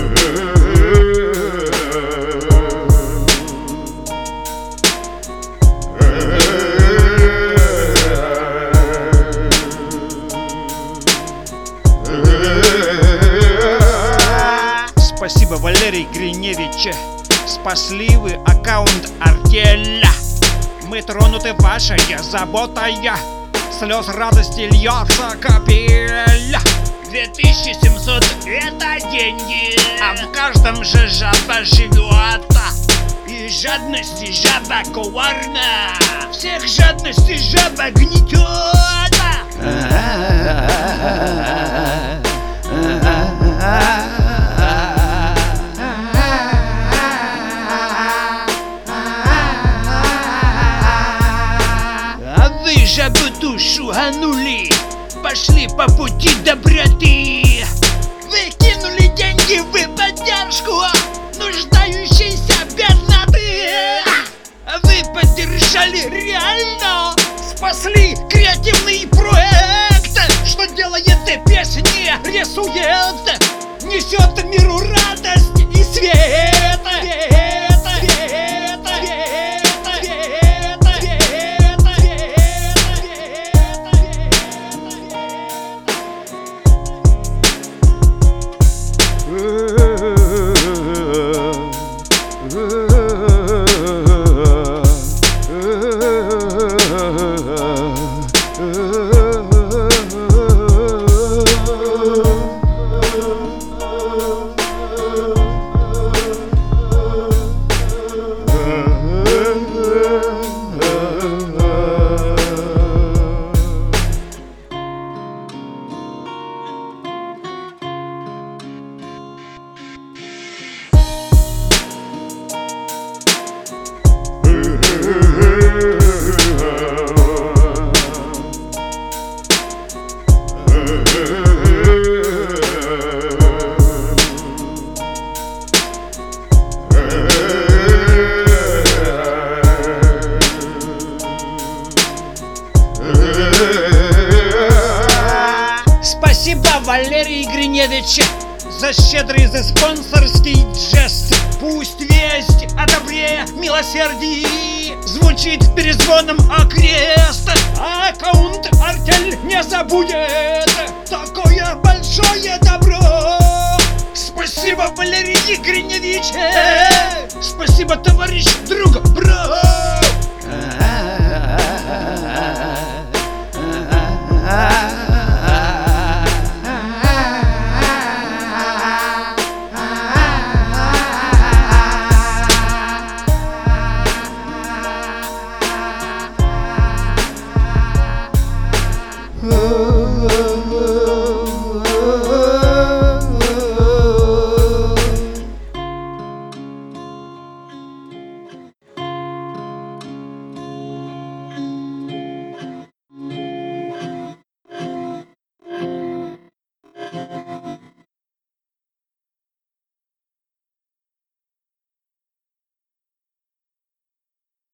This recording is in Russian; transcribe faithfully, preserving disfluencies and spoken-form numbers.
Спасибо, Валерий Гриневич, спасли вы аккаунт артеля. Мы тронуты вашей заботой, слез радости льется капеля. Две тысячи семьсот это деньги, А в каждом же жаба живет. и жадности жаба коварна, всех жадности жаба гнетет. А вы жабу душу ганули, пошли по пути доброты. Вы кинули деньги, вы поддержку нуждающейся бедноты. А вы поддержали реально, спасли креативный проект, что делает песни, рисует, несет миру радость и свет. Спасибо, Валерий Гриневич, за щедрый, за спонсорский жест. Пусть весть о добре, милосердии звучит перезвоном окрест. Аккаунт артель не забудет такое большое добро. Спасибо, Валерий Гриневич, спасибо, товарищ друг